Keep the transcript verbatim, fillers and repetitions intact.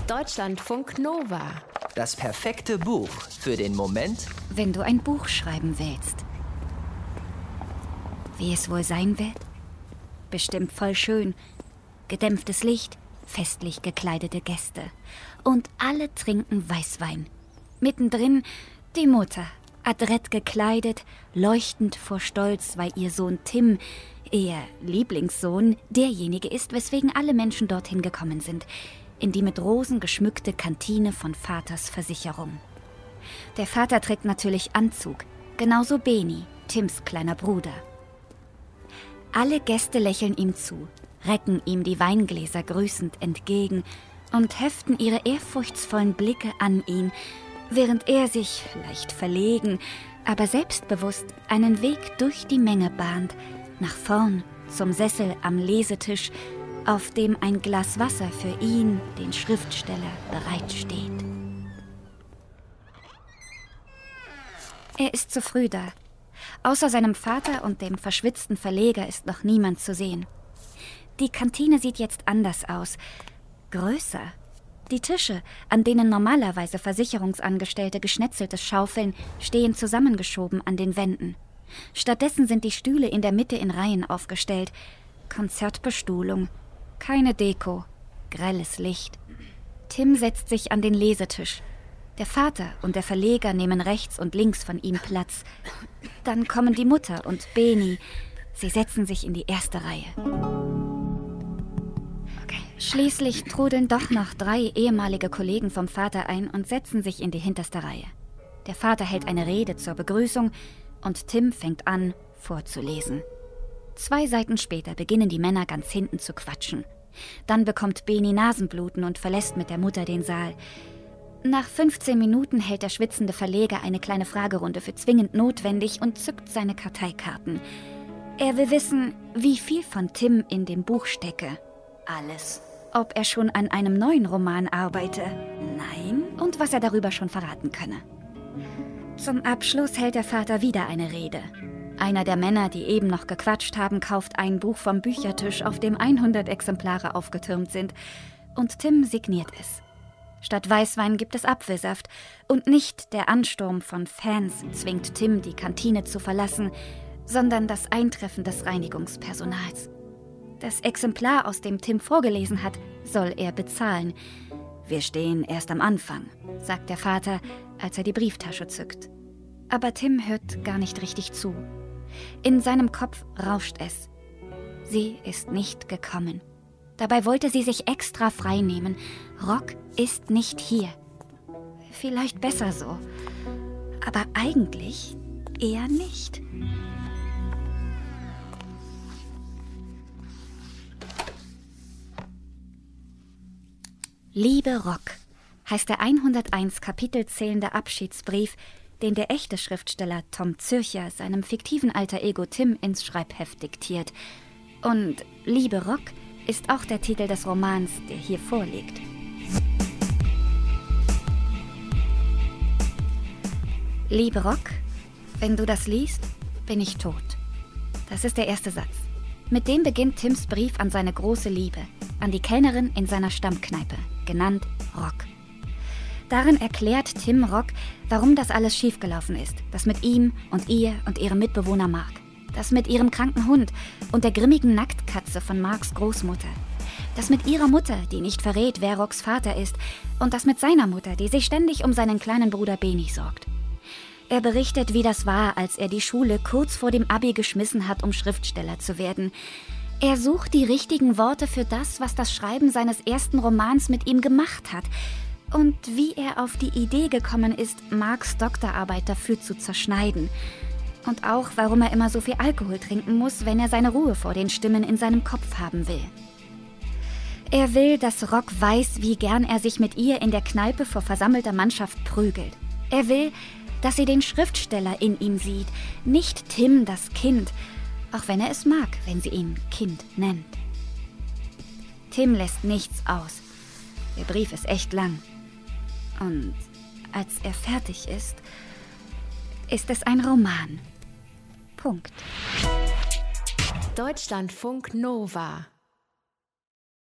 Deutschlandfunk Nova. Das perfekte Buch für den Moment, wenn du ein Buch schreiben willst. Wie es wohl sein wird? Bestimmt voll schön. Gedämpftes Licht, festlich gekleidete Gäste. Und alle trinken Weißwein. Mittendrin die Mutter, adrett gekleidet, leuchtend vor Stolz, weil ihr Sohn Tim, ihr Lieblingssohn, derjenige ist, weswegen alle Menschen dorthin gekommen sind, in die mit Rosen geschmückte Kantine von Vaters Versicherung. Der Vater trägt natürlich Anzug, genauso Beni, Tims kleiner Bruder. Alle Gäste lächeln ihm zu, recken ihm die Weingläser grüßend entgegen und heften ihre ehrfurchtsvollen Blicke an ihn, während er sich, leicht verlegen, aber selbstbewusst einen Weg durch die Menge bahnt, nach vorn zum Sessel am Lesetisch, auf dem ein Glas Wasser für ihn, den Schriftsteller, bereitsteht. Er ist zu früh da. Außer seinem Vater und dem verschwitzten Verleger ist noch niemand zu sehen. Die Kantine sieht jetzt anders aus. Größer. Die Tische, an denen normalerweise Versicherungsangestellte Geschnetzeltes schaufeln, stehen zusammengeschoben an den Wänden. Stattdessen sind die Stühle in der Mitte in Reihen aufgestellt. Konzertbestuhlung. Keine Deko. Grelles Licht. Tim setzt sich an den Lesetisch. Der Vater und der Verleger nehmen rechts und links von ihm Platz. Dann kommen die Mutter und Beni. Sie setzen sich in die erste Reihe. Okay. Schließlich trudeln doch noch drei ehemalige Kollegen vom Vater ein und setzen sich in die hinterste Reihe. Der Vater hält eine Rede zur Begrüßung und Tim fängt an, vorzulesen. Zwei Seiten später beginnen die Männer ganz hinten zu quatschen. Dann bekommt Beni Nasenbluten und verlässt mit der Mutter den Saal. Nach fünfzehn Minuten hält der schwitzende Verleger eine kleine Fragerunde für zwingend notwendig und zückt seine Karteikarten. Er will wissen, wie viel von Tim in dem Buch stecke. Alles. Ob er schon an einem neuen Roman arbeite. Nein. Und was er darüber schon verraten könne. Zum Abschluss hält der Vater wieder eine Rede. Einer der Männer, die eben noch gequatscht haben, kauft ein Buch vom Büchertisch, auf dem hundert Exemplare aufgetürmt sind. Und Tim signiert es. Statt Weißwein gibt es Apfelsaft. Und nicht der Ansturm von Fans zwingt Tim, die Kantine zu verlassen, sondern das Eintreffen des Reinigungspersonals. Das Exemplar, aus dem Tim vorgelesen hat, soll er bezahlen. Wir stehen erst am Anfang, sagt der Vater, als er die Brieftasche zückt. Aber Tim hört gar nicht richtig zu. In seinem Kopf rauscht es. Sie ist nicht gekommen. Dabei wollte sie sich extra frei nehmen. Rock ist nicht hier. Vielleicht besser so. Aber eigentlich eher nicht. Liebe Rock heißt der hunderteins Kapitel zählende Abschiedsbrief, den der echte Schriftsteller Tom Zürcher seinem fiktiven Alter Ego Tim ins Schreibheft diktiert. Und Liebe Rock ist auch der Titel des Romans, der hier vorliegt. Liebe Rock, wenn du das liest, bin ich tot. Das ist der erste Satz. Mit dem beginnt Tims Brief an seine große Liebe, an die Kellnerin in seiner Stammkneipe, genannt Rock. Darin erklärt Tim Rock, warum das alles schiefgelaufen ist, das mit ihm und ihr und ihrem Mitbewohner Mark. Das mit ihrem kranken Hund und der grimmigen Nacktkatze von Marks Großmutter. Das mit ihrer Mutter, die nicht verrät, wer Rocks Vater ist. Und das mit seiner Mutter, die sich ständig um seinen kleinen Bruder Beni sorgt. Er berichtet, wie das war, als er die Schule kurz vor dem Abi geschmissen hat, um Schriftsteller zu werden. Er sucht die richtigen Worte für das, was das Schreiben seines ersten Romans mit ihm gemacht hat. Und wie er auf die Idee gekommen ist, Marks Doktorarbeit dafür zu zerschneiden. Und auch, warum er immer so viel Alkohol trinken muss, wenn er seine Ruhe vor den Stimmen in seinem Kopf haben will. Er will, dass Rock weiß, wie gern er sich mit ihr in der Kneipe vor versammelter Mannschaft prügelt. Er will, dass sie den Schriftsteller in ihm sieht, nicht Tim, das Kind, auch wenn er es mag, wenn sie ihn Kind nennt. Tim lässt nichts aus. Der Brief ist echt lang. Und als er fertig ist, ist es ein Roman. Punkt. Deutschlandfunk Nova.